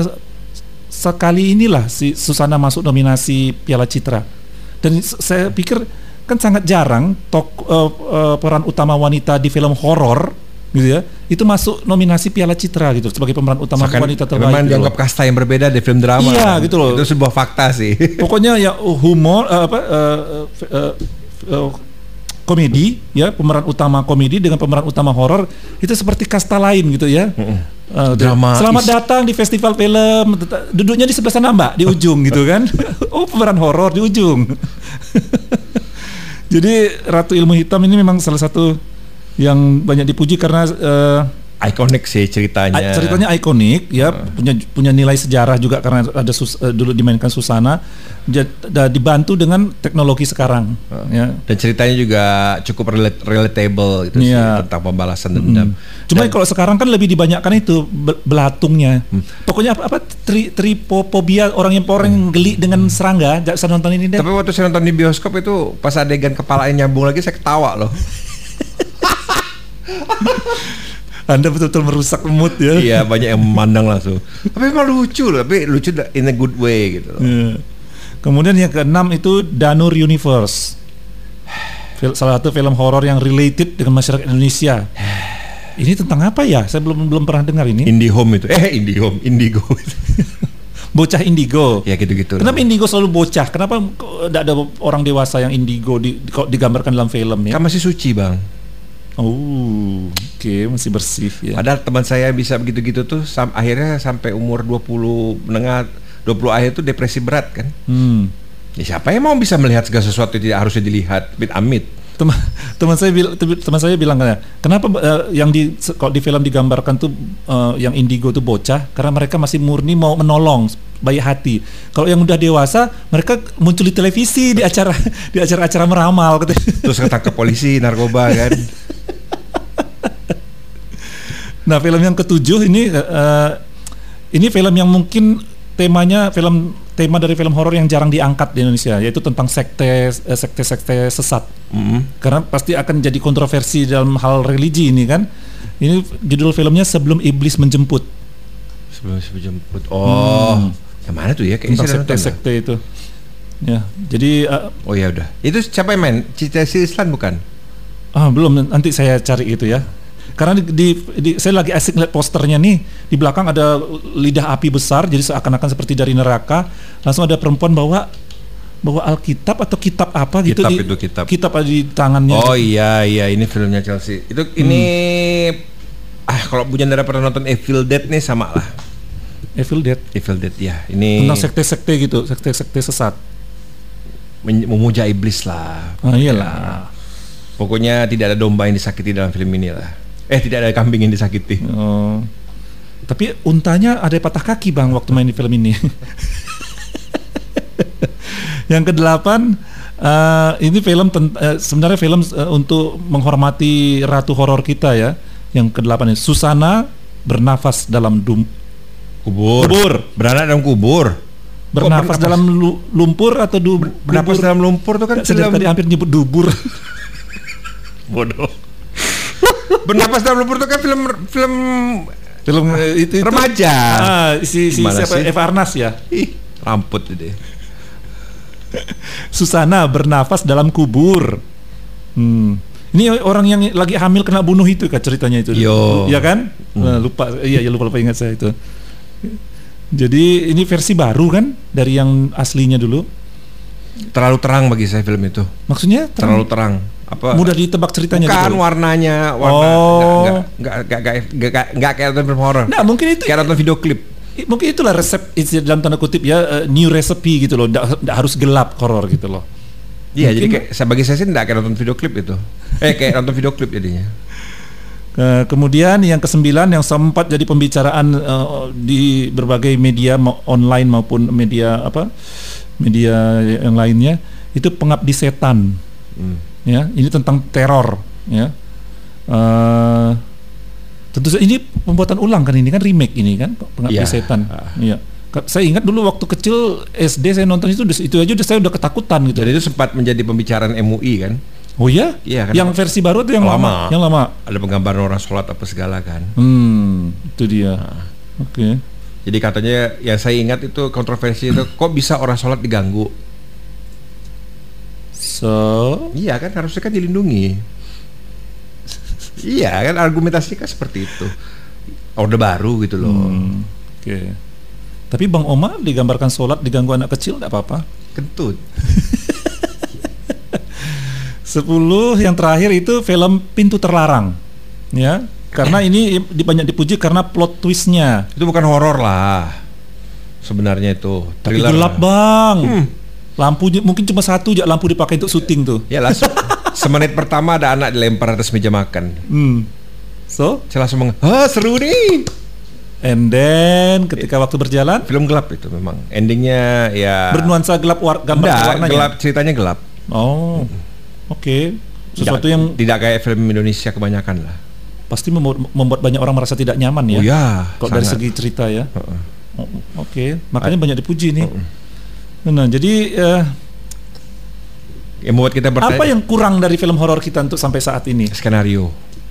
sekali inilah si Susana masuk nominasi Piala Citra. Dan saya pikir kan sangat jarang tok uh, uh, peran utama wanita di film horor gitu ya, itu masuk nominasi Piala Citra gitu sebagai pemeran utama Seakan wanita terbaik. Memang gitu dianggap loh. Kasta yang berbeda di film drama. Iya gitu loh. Itu sebuah fakta sih. Pokoknya ya humor uh, apa uh, uh, uh, komedi ya, pemeran utama komedi dengan pemeran utama horor itu seperti kasta lain gitu ya. Mm-mm. Uh, Selamat datang di festival film. Duduknya di sebelah sana Mbak, di ujung gitu kan. Oh, pemeran horor di ujung. Jadi Ratu Ilmu Hitam ini memang salah satu yang banyak dipuji karena uh, ikonik sih ceritanya. Ceritanya ikonik ya, uh. punya punya nilai sejarah juga karena ada sus, uh, dulu dimainkan Susana, jad, dibantu dengan teknologi sekarang. Uh. Ya. Dan ceritanya juga cukup relat- relatable gitu yeah. sih tentang pembalasan dendam. Mm. Cuma kalau sekarang kan lebih dibanyakan itu belatungnya. Hmm. Pokoknya apa, apa tri, tripofobia orang yang orang hmm. geli dengan serangga. Saya nonton ini deh. Tapi waktu saya nonton di bioskop itu pas adegan kepalanya nyambung lagi saya ketawa loh. Anda betul-betul merusak mood ya. Iya, banyak yang memandang langsung. Tapi memang lucu loh, tapi lucu in a good way gitu loh. Yeah. Kemudian yang keenam itu Danur Universe. Salah satu film horor yang related dengan masyarakat Indonesia. Ini tentang apa ya? Saya belum belum pernah dengar ini. Indihome itu. Eh, Indihome, Indigo. Bocah indigo. Ya gitu-gitu. Kenapa indigo selalu bocah? Kenapa tidak ada orang dewasa yang indigo di, digambarkan dalam film ya? Kan masih suci, Bang. Oh, oke, okay, masih bersih ya. Padahal teman saya bisa begitu-gitu tuh sam- akhirnya sampai umur dua puluh menengah dua puluh akhir tuh depresi berat kan. Hmm. Ya siapa yang mau bisa melihat segala sesuatu yang tidak harusnya dilihat, amit-amit. Teman teman saya bilang teman saya bilang kan, kenapa uh, yang di kalau di film digambarkan tuh uh, yang indigo tuh bocah karena mereka masih murni mau menolong, baik hati. Kalau yang udah dewasa mereka muncul di televisi di acara di acara-acara meramal gitu. Terus ketangkep polisi narkoba kan. Nah, film yang ketujuh ini uh, ini film yang mungkin temanya film tema dari film horor yang jarang diangkat di Indonesia, yaitu tentang sekte sekte-sekte sesat. Mm-hmm. Karena pasti akan jadi kontroversi dalam hal religi ini kan. Ini judul filmnya Sebelum Iblis Menjemput. Sebelum Iblis Menjemput. Oh, hmm. yang mana tuh ya? Kayaknya sekte-sekte itu. Ya, jadi uh, oh ya udah. Itu siapa yang main? Cita Islan bukan? Ah, belum, nanti saya cari itu ya. Karena di, di, di, saya lagi asik lihat posternya nih, di belakang ada lidah api besar, jadi seakan-akan seperti dari neraka. Langsung ada perempuan bawa bawa Alkitab atau kitab apa gitu, kitab di, itu kitab. kitab di tangannya. Oh gitu. iya iya, ini filmnya Chelsea. Itu ini hmm. ah kalau Bu Jandara pernah nonton Evil Dead nih sama lah. Evil Dead. Evil Dead ya. Ini tentang sekte-sekte gitu, sekte-sekte sesat. Memuja iblis lah. Oh iyalah. Pokoknya tidak ada domba yang disakiti dalam film ini lah. Eh tidak ada kambing yang disakiti. Oh. Tapi untanya ada patah kaki Bang waktu main di film ini. Yang kedelapan uh, ini film ten- uh, sebenarnya film uh, untuk menghormati ratu horor kita ya. Yang kedelapan ini Susana bernafas dalam dum- kubur. Kubur. Beranak dalam kubur. Bernafas, bernafas dalam lu- lumpur atau du- bernafas dalam lumpur tuh kan sedang tadi hampir nyebut dubur. Bodoh. Bernafas dalam lumpur itu kan film film film itu, itu remaja. Ah, si si Gimana siapa sih? Eva Arnaz ya. Ih, ramput itu. Susana bernafas dalam kubur. Hmm. Ini orang yang lagi hamil kena bunuh itu kan ceritanya itu. Yo. Iya kan? Hmm. Nah, lupa iya ya lupa lupa ingat saya itu. Jadi ini versi baru kan dari yang aslinya dulu. Terlalu terang bagi saya film itu. Maksudnya terang? Terlalu terang. Apa mudah ditebak ceritanya bukan gitu. warnanya warna oh. nggak nggak nggak nggak nggak kayak nonton film horor. Nah mungkin itu kayak nonton video klip. Mungkin itulah resep dalam tanda kutip ya uh, new recipe gitu loh. Nggak harus gelap horor gitu loh. Iya jadi kayak bagi saya sih nggak kayak nonton video klip itu. Eh kayak nonton video klip jadinya. Uh, kemudian yang kesembilan yang sempat jadi pembicaraan uh, di berbagai media ma- online maupun media apa media yang lainnya itu Pengabdi Setan. Hmm. Ya, ini tentang teror, ya. Uh, tentu saja ini pembuatan ulang kan ini kan remake ini kan Pengabdi yeah. Setan. Iya. Uh. Saya ingat dulu waktu kecil S D saya nonton itu itu aja udah saya udah ketakutan gitu. Dan itu sempat menjadi pembicaraan M U I kan? Oh ya? Iya kan. Yang versi baru itu yang lama. lama. Yang lama. Ada penggambaran orang sholat apa segala kan? Hmm, itu dia. Nah. Oke. Okay. Jadi katanya yang saya ingat itu kontroversi itu kok bisa orang sholat diganggu? So, iya kan harusnya kan dilindungi. Iya kan argumentasinya kan seperti itu. Orde baru gitu loh. Hmm, Oke. Okay. Tapi Bang Oma digambarkan sholat diganggu anak kecil enggak apa-apa. Kentut. Sepuluh yang terakhir itu film Pintu Terlarang. Ya. Karena ini di, banyak dipuji karena plot twistnya. Itu bukan horor lah. Sebenarnya itu Tapi thriller. gelap bang. Hmm. Lampu mungkin cuma satu aja lampu dipakai untuk syuting tuh. Ya lah. Semenit pertama ada anak dilempar atas meja makan. Hmm. So, saya langsung meng, ah seru nih. And then ketika waktu berjalan, film gelap itu memang. Endingnya ya bernuansa gelap war, gambar enggak, warnanya. Gelap, ceritanya gelap. Oh, oke. Okay. Sesuatu tidak, yang tidak kayak film Indonesia kebanyakan lah. Pasti membuat, membuat banyak orang merasa tidak nyaman ya. Oh ya. Kalau dari segi cerita ya. Uh-uh. Oh, oke, okay. Makanya A- banyak dipuji nih. Uh-uh. Nah, jadi uh, yang membuat kita bertanya, apa yang kurang dari film horor kita untuk sampai saat ini? Skenario.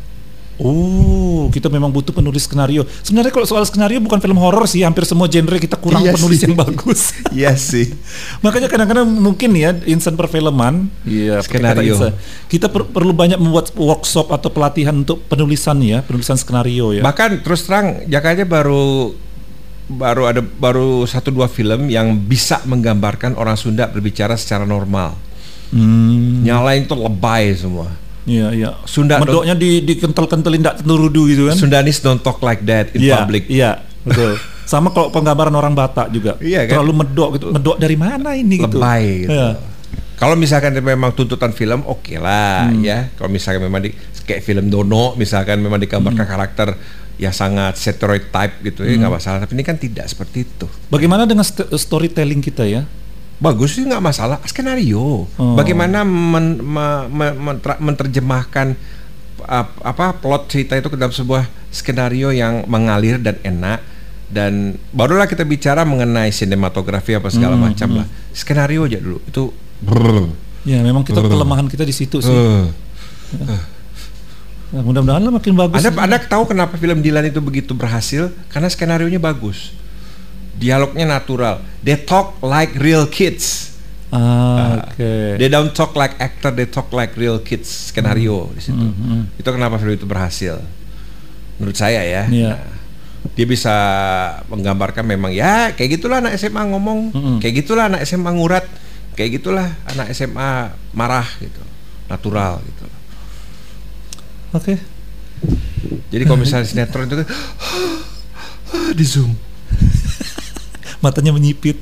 Oh, kita memang butuh penulis skenario. Sebenarnya kalau soal skenario bukan film horor sih, hampir semua genre kita kurang iya penulis sih. Yang bagus. Iya sih. Makanya kadang-kadang mungkin ya insan perfilman, iya skenario. Insan, kita per- perlu banyak membuat workshop atau pelatihan untuk penulisan ya, penulisan skenario ya. Bahkan terus terang, Jakarta baru baru ada baru satu dua film yang bisa menggambarkan orang Sunda berbicara secara normal. Hmm. Yang lain tuh lebay semua. Iya, iya. Sunda medoknya di dikental-kentelin enggak tenurudu gitu kan. Sundanese don't talk like that in yeah, public. Iya, betul. Sama kalau penggambaran orang Batak juga. Iya, kan? Terlalu medok gitu. Medok dari mana ini gitu. Lebay gitu. Iya. Kalau misalkan memang tuntutan film oke okay lah hmm. ya. Kalau misalkan memang di kayak film Dono misalkan memang digambarkan hmm. karakter ya sangat stereotype gitu ya nggak hmm. masalah. Tapi ini kan tidak seperti itu. Bagaimana dengan st- storytelling kita ya? Bagus sih nggak masalah, skenario. Oh. Bagaimana men, me, me, mentra, menerjemahkan uh, apa plot cerita itu ke dalam sebuah skenario yang mengalir dan enak, dan barulah kita bicara mengenai sinematografi apa segala hmm, macam hmm. lah. Skenario aja dulu itu. Brr, ya memang kita brr, kelemahan kita di situ sih. Uh, uh. Nah, mudah-mudahan lah makin bagus. Anda, anda tahu kenapa film Dilan itu begitu berhasil? Karena skenarionya bagus. Dialognya natural. They talk like real kids. Ah, oke. Okay. They don't talk like actor, they talk like real kids. Skenario mm. di situ. Mm-hmm. Itu kenapa film itu berhasil. Menurut saya ya. Yeah. Nah, dia bisa menggambarkan memang ya kayak gitulah anak S M A ngomong, mm-hmm. kayak gitulah anak S M A ngurat, kayak gitulah anak S M A marah gitu. Natural gitu. Oke. Okay. Jadi kalau misalnya sinetron itu di zoom. Matanya menyipit.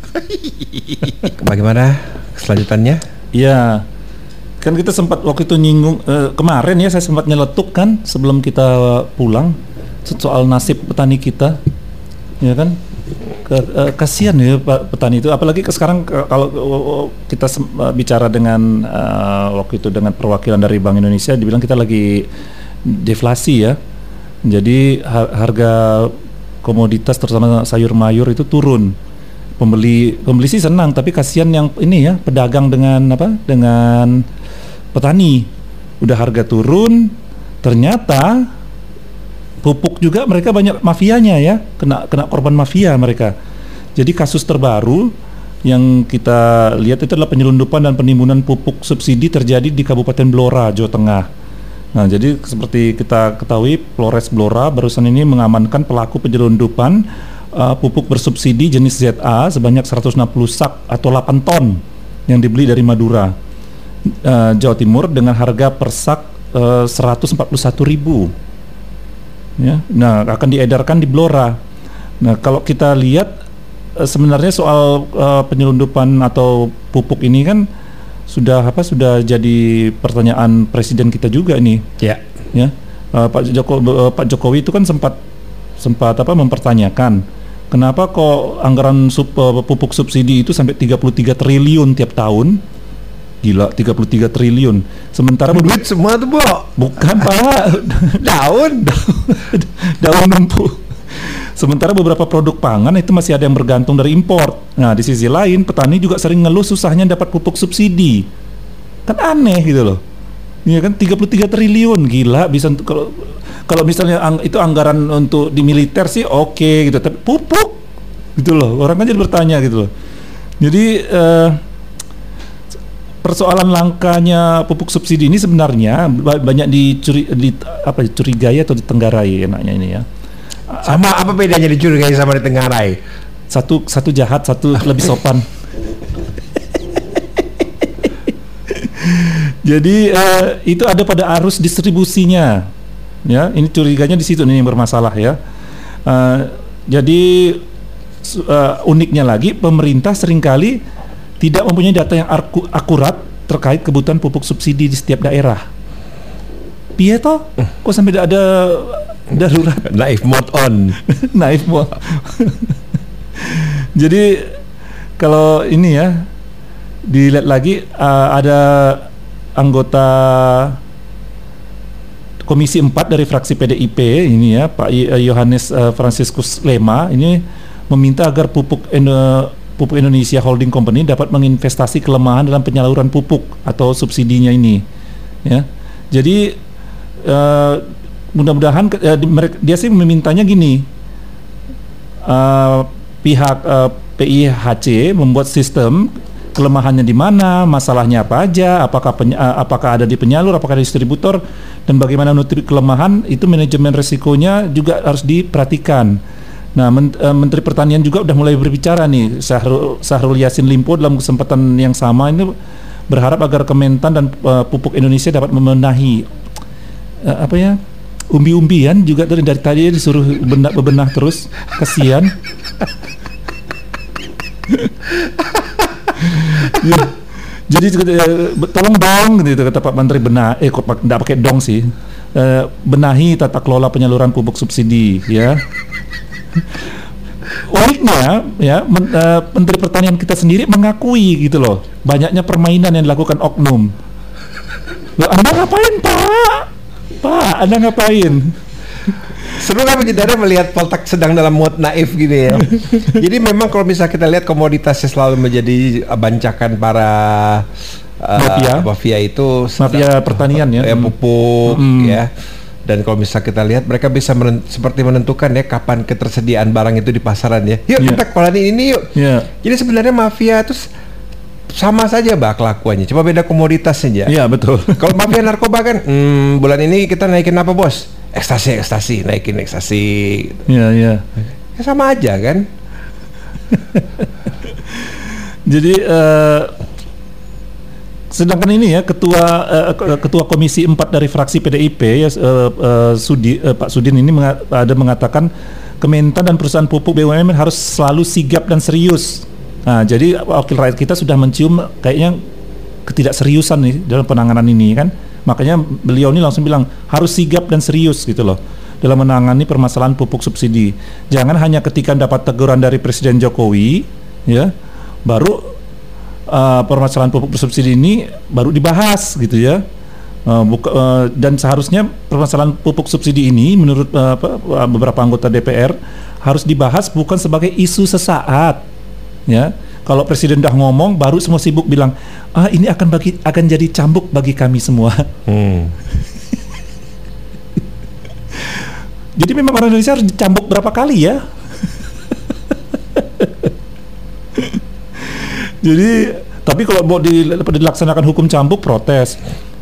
Bagaimana keselanjutannya? Iya, kan kita sempat waktu itu nyinggung eh, kemarin ya, saya sempat nyeletuk kan sebelum kita pulang soal nasib petani kita, ya kan? Ke, eh, kasihan ya petani itu, apalagi ke sekarang ke, kalau uh, kita sem- uh, bicara dengan uh, waktu itu dengan perwakilan dari Bank Indonesia, dibilang kita lagi deflasi ya, jadi har- harga komoditas terutama sayur mayur itu turun. Pembeli pembeli sih senang, tapi kasihan yang ini ya pedagang dengan apa dengan petani. Udah harga turun, ternyata pupuk juga mereka banyak mafianya ya, kena kena korban mafia mereka. Jadi kasus terbaru yang kita lihat itu adalah penyelundupan dan penimbunan pupuk subsidi terjadi di Kabupaten Blora, Jawa Tengah. Nah, jadi seperti kita ketahui, Polres Blora barusan ini mengamankan pelaku penyelundupan uh, pupuk bersubsidi jenis Z A sebanyak seratus enam puluh sak atau delapan ton yang dibeli dari Madura, uh, Jawa Timur dengan harga per sak uh, seratus empat puluh satu ribu. Ya, nah akan diedarkan di Blora. Nah, kalau kita lihat uh, sebenarnya soal uh, penyelundupan atau pupuk ini kan sudah apa sudah jadi pertanyaan presiden kita juga ini. Ya. Ya. Uh, Pak Jokowi uh, Pak Jokowi itu kan sempat sempat apa mempertanyakan kenapa kok anggaran sub, uh, pupuk subsidi itu sampai tiga puluh tiga triliun tiap tahun. Gila, tiga puluh tiga triliun. Sementara duit semua tuh, Bo. Bukan, Pak. Daun, daun, daun nempu. Sementara beberapa produk pangan itu masih ada yang bergantung dari impor. Nah, di sisi lain petani juga sering ngeluh susahnya dapat pupuk subsidi. Kan aneh gitu loh. Iya kan tiga puluh tiga triliun, gila bisa kalau kalau misalnya ang, itu anggaran untuk di militer sih oke okay, gitu, tapi pupuk gitu loh. Orang kan jadi bertanya gitu loh. Jadi eh, persoalan langkanya pupuk subsidi ini sebenarnya banyak dicuri, di apa dicurigai atau ditenggarai enaknya ini ya. Sama apa bedanya dicurigai sama ditenggarai? Satu satu jahat, satu lebih sopan. Jadi uh, itu ada pada arus distribusinya. Ya, ini curiganya di situ nih yang bermasalah ya. Uh, jadi uh, uniknya lagi pemerintah seringkali tidak mempunyai data yang aku, akurat terkait kebutuhan pupuk subsidi di setiap daerah. Piye toh? Kok sampai tidak ada darurat? Naif mode on. Naif mode. Jadi kalau ini ya dilihat lagi uh, ada anggota Komisi empat dari fraksi P D I P ini ya, Pak Yohanes uh, Franciscus Lema ini meminta agar pupuk Endo, Pupuk Indonesia Holding Company dapat menginvestasi kelemahan dalam penyaluran pupuk atau subsidinya ini. Ya. Jadi uh, mudah-mudahan uh, mereka, dia sih memintanya gini. Uh, pihak uh, P I H C membuat sistem kelemahannya di mana, masalahnya apa aja, apakah peny- apakah ada di penyalur, apakah ada distributor, dan bagaimana menutupi kelemahan itu manajemen resikonya juga harus diperhatikan. Nah, Men- Menteri Pertanian juga udah mulai berbicara nih, Syahrul, Syahrul Yassin Limpo dalam kesempatan yang sama ini berharap agar Kementan dan uh, Pupuk Indonesia dapat membenahi uh, apa ya, umbi-umbian juga dari, dari tadi disuruh bebenah, bebenah terus, kasihan. Ya, jadi uh, tolong dong gitu kata Pak Menteri, benah eh kok enggak pakai dong sih, uh, benahi tata kelola penyaluran pupuk subsidi ya. Uniknya ya men, uh, Menteri Pertanian kita sendiri mengakui gitu loh banyaknya permainan yang dilakukan oknum. Loh, Anda ngapain Pak? Pak, Anda ngapain? Seru kan penjendara melihat Poltek sedang dalam mood naif gini ya. Jadi memang kalau misalnya kita lihat komoditasnya selalu menjadi bancakan para uh, mafia. mafia itu mafia pertanian ya, ya pupuk hmm. ya. Dan kalau misalnya kita lihat mereka bisa menen- seperti menentukan ya kapan ketersediaan barang itu di pasaran ya. Yuk yeah. kita kolani ini yuk. Yeah. Jadi sebenarnya mafia itu sama saja bah kelakuannya, cuma beda komoditasnya aja. Iya betul. Kalau mafia narkoba kan, hmm, bulan ini kita naikin apa bos? Ekstasi, ekstasi, naikin ekstasi. Iya, iya. Ya sama aja kan. Jadi uh, sedangkan ini ya ketua uh, ketua Komisi empat dari fraksi P D I P ya uh, uh, Sudi, uh, Pak Sudin ini mengat, ada mengatakan Kementan dan perusahaan pupuk B U M N harus selalu sigap dan serius. Nah, jadi wakil rakyat kita sudah mencium kayaknya ketidakseriusan nih dalam penanganan ini kan. Makanya beliau ini langsung bilang harus sigap dan serius gitu loh dalam menangani permasalahan pupuk subsidi. Jangan hanya ketika dapat teguran dari Presiden Jokowi ya baru uh, permasalahan pupuk subsidi ini baru dibahas gitu ya. Uh, buka, uh, dan seharusnya permasalahan pupuk subsidi ini menurut uh, apa, beberapa anggota D P R harus dibahas bukan sebagai isu sesaat ya. Kalau presiden udah ngomong, baru semua sibuk bilang, ah ini akan bagi akan jadi cambuk bagi kami semua. Hmm. Jadi memang orang Indonesia harus dicambuk berapa kali ya? Jadi, tapi kalau mau dilaksanakan hukum cambuk, protes.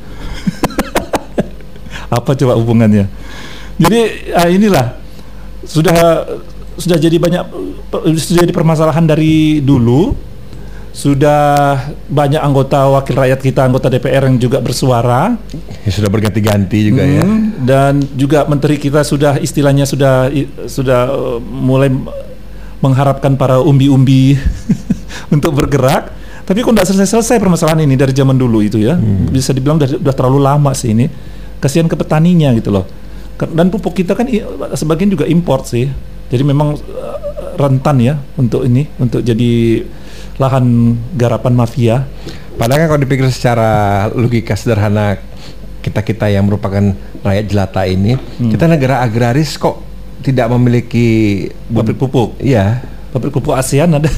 Apa coba hubungannya? Jadi ah, inilah sudah. Sudah jadi banyak, sudah jadi permasalahan dari dulu. Sudah banyak anggota wakil rakyat kita, anggota D P R yang juga bersuara. Ya, sudah berganti-ganti juga hmm, ya. Dan juga menteri kita sudah istilahnya sudah sudah uh, mulai mengharapkan para umbi-umbi untuk bergerak. Tapi kok tidak selesai-selesai permasalahan ini dari zaman dulu itu ya. Hmm. Bisa dibilang sudah, sudah terlalu lama sih ini. Kasihan ke petaninya gitu loh. Dan pupuk kita kan sebagian juga import sih. Jadi memang uh, rentan ya untuk ini, untuk jadi lahan garapan mafia. Padahal kan kalau dipikir secara logika sederhana, kita-kita yang merupakan rakyat jelata ini, hmm. kita negara agraris kok tidak memiliki pabrik pupuk. Iya, pabrik pupuk ASEAN ada.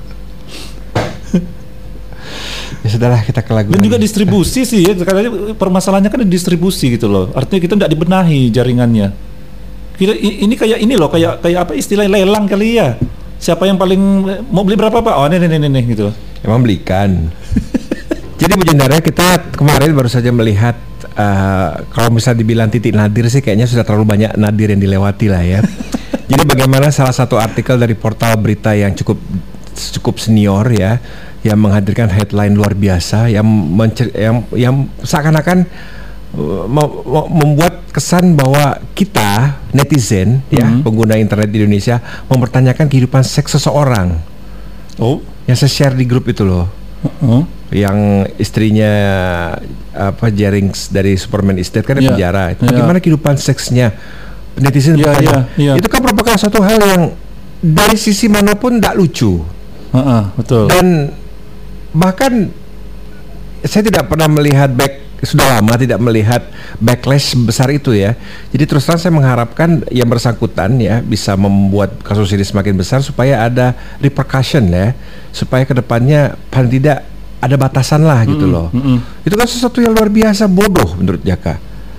Ya sudahlah, kita ke lagu. Dan lagi juga distribusi sih ya, karena permasalahannya kan distribusi gitu loh. Artinya kita tidak dibenahi jaringannya. Kita ini kayak ini loh, kayak kayak apa istilah lelang kali ya. Siapa yang paling mau beli berapa Pak? Oh ini ini ini gitu. Emang belikan. Jadi Bu Jendara, kita kemarin baru saja melihat uh, kalau misalnya dibilang titik nadir sih kayaknya sudah terlalu banyak nadir yang dilewati lah ya. Jadi bagaimana salah satu artikel dari portal berita yang cukup cukup senior ya, yang menghadirkan headline luar biasa yang mencer- yang yang seakan-akan membuat kesan bahwa kita netizen mm-hmm. ya pengguna internet di Indonesia mempertanyakan kehidupan seks seseorang. Oh, yang saya share di grup itu loh. Uh-huh. Yang istrinya apa Jaring dari Superman Estate kan di yeah. penjara. Itu yeah. bagaimana kehidupan seksnya netizen yeah, bertanya. Yeah, yeah. Itu kan merupakan satu hal yang dari sisi manapun tidak lucu. Uh-uh, betul. Dan bahkan saya tidak pernah melihat back sudah lama tidak melihat backlash besar itu ya. Jadi terus terang saya mengharapkan yang bersangkutan ya bisa membuat kasus ini semakin besar supaya ada repercussion ya, supaya kedepannya paling tidak ada batasan lah gitu mm-hmm. loh. Mm-hmm. Itu kan sesuatu yang luar biasa bodoh menurut Jaka.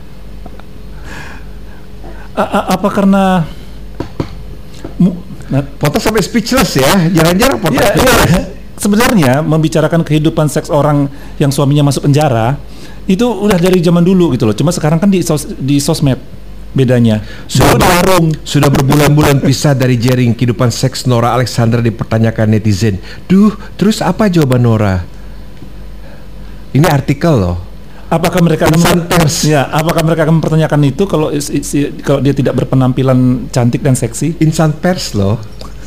A- apa karena mu- foto sampai speechless ya, jarang-jarang foto. Yeah, yeah. Sebenarnya membicarakan kehidupan seks orang yang suaminya masuk penjara itu udah dari zaman dulu gitu loh. Cuma sekarang kan di sos, di sosmed bedanya. Sudah warung, sudah berbulan-bulan pisah dari jaring kehidupan seks Nora Alexandra dipertanyakan netizen. Duh, terus apa jawaban Nora? Ini artikel loh. Apakah mereka akan ya, apakah mereka akan mempertanyakan itu kalau kalau dia tidak berpenampilan cantik dan seksi? Insan pers loh.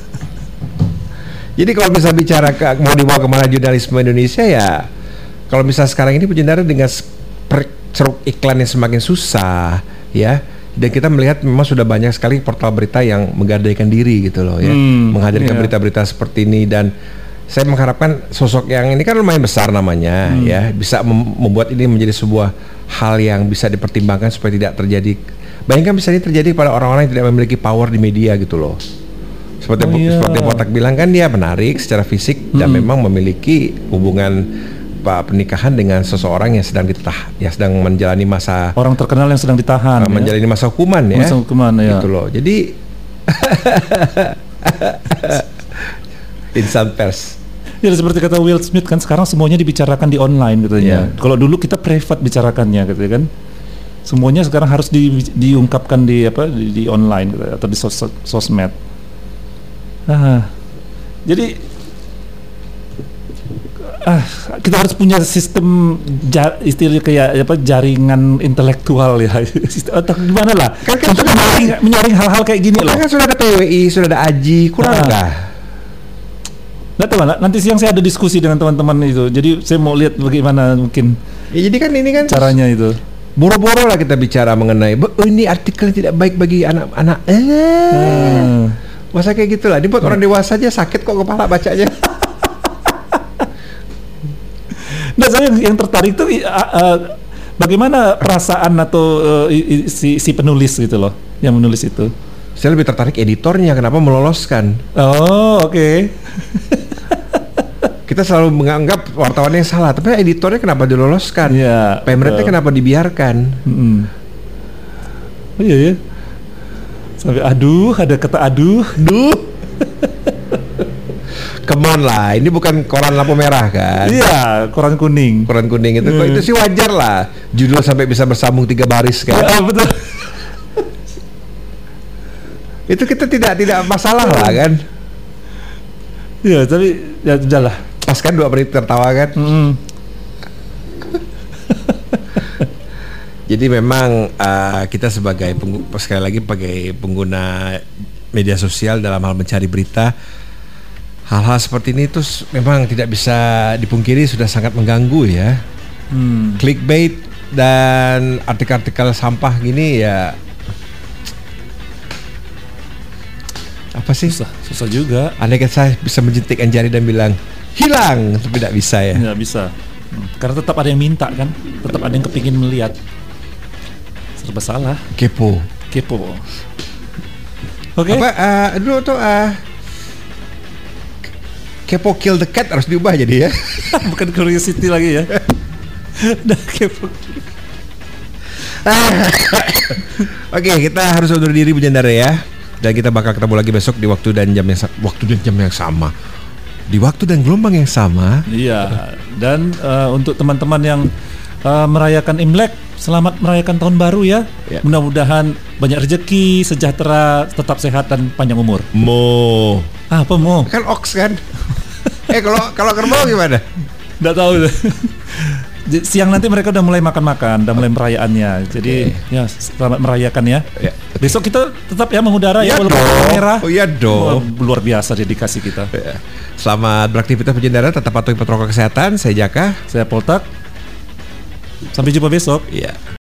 Jadi kalau bisa bicara ke, mau dibawa kemana jurnalisme Indonesia ya, kalau misalnya sekarang ini penjara dengan ceruk iklan yang semakin susah ya, dan kita melihat memang sudah banyak sekali portal berita yang menggadaikan diri gitu loh ya, hmm, menghadirkan yeah. berita-berita seperti ini, dan saya mengharapkan sosok yang ini kan lumayan besar namanya hmm. ya, bisa mem- membuat ini menjadi sebuah hal yang bisa dipertimbangkan supaya tidak terjadi. Bayangkan bisa ini terjadi pada orang-orang yang tidak memiliki power di media gitu loh. Seperti oh, iya. seperti Botak bilang kan dia menarik secara fisik hmm. dan memang memiliki hubungan pak pernikahan dengan seseorang yang sedang ditah, yang sedang menjalani masa orang terkenal yang sedang ditahan, uh, ya? menjalani masa hukuman ya, masa hukuman ya. Gitu loh. Jadi insan pers. Ya seperti kata Will Smith kan sekarang semuanya dibicarakan di online katanya. Yeah. Kalau dulu kita private bicarakannya gitu kan. Semuanya sekarang harus di, diungkapkan di apa di, di online gitu, atau di sos, sosmed. Ah, jadi ah, kita harus punya sistem jar, istilahnya kayak apa jaringan intelektual ya, atau gimana lah? Kan, kan sudah menyaring, menyaring hal-hal kayak gini loh. Kan sudah ada P W I, sudah ada Aji, kurang nggak? Nah teman, nanti siang saya ada diskusi dengan teman-teman itu. Jadi saya mau lihat bagaimana mungkin. Ya, jadi kan ini kan caranya itu. Boro-boro lah kita bicara mengenai, oh ini artikel tidak baik bagi anak-anak. Eh. Hmm. Masa kayak gitulah, dibuat hmm. orang dewasa aja sakit kok kepala bacanya. Nah saya yang, yang tertarik tuh uh, uh, bagaimana perasaan atau uh, i, i, si, si penulis gitu loh, yang menulis itu. Saya lebih tertarik editornya, kenapa meloloskan. Oh oke. Okay. Kita selalu menganggap wartawan yang salah, tapi editornya kenapa diloloskan? Yeah, Pemretnya uh, kenapa dibiarkan? Mm-hmm. Oh iya ya. Sampai aduh, ada kata aduh, duh. Come on lah, ini bukan koran lampu merah kan? Iya, koran kuning. Koran kuning itu, hmm. itu sih wajar lah. Judul sampai bisa bersambung tiga baris kan? Ya, betul. Itu kita tidak tidak masalah lah kan? Iya, tapi ya udahlah. Pas kan dua menit tertawa kan? Mm. Jadi memang uh, kita sebagai penggu- sekali lagi sebagai pengguna media sosial dalam hal mencari berita, hal-hal seperti ini itu memang tidak bisa dipungkiri sudah sangat mengganggu ya. Hmm. Clickbait dan artikel-artikel sampah gini ya, apa sih? Susah, susah juga. Andai kata saya bisa menjentikkan jari dan bilang hilang, tapi tidak bisa ya. Tidak bisa. Hmm. Karena tetap ada yang minta kan, tetap ada yang kepingin melihat. Serba salah. Kepo. Kepo. Oke. Okay. Apa? Uh, dulu tuh uh, kepo kill the cat harus diubah jadi ya. Bukan curiosity lagi ya. Udah kepo. Oke, kita harus undur diri Bujandara ya. Dan kita bakal ketemu lagi besok di waktu dan jam yang waktu dan jam yang sama. Di waktu dan gelombang yang sama. Iya. Dan uh, untuk teman-teman yang uh, merayakan Imlek, selamat merayakan tahun baru ya. ya. Mudah-mudahan banyak rezeki, sejahtera, tetap sehat dan panjang umur. Mo. Ah, apa mo? Kan ox kan. eh kalau kalau kerbau gimana? Nggak tahu. siang nanti mereka udah mulai makan-makan, udah mulai merayaannya. Jadi okay. ya selamat merayakan ya. ya okay. Besok kita tetap ya mengudara ya, ya walaupun merah. Oh iya dong. Oh, luar biasa dedikasi kita. Ya. Selamat beraktivitas penjendara, tetap patuhi protokol kesehatan. Saya Jaka, saya Poltak. Sampai jumpa besok. Iya.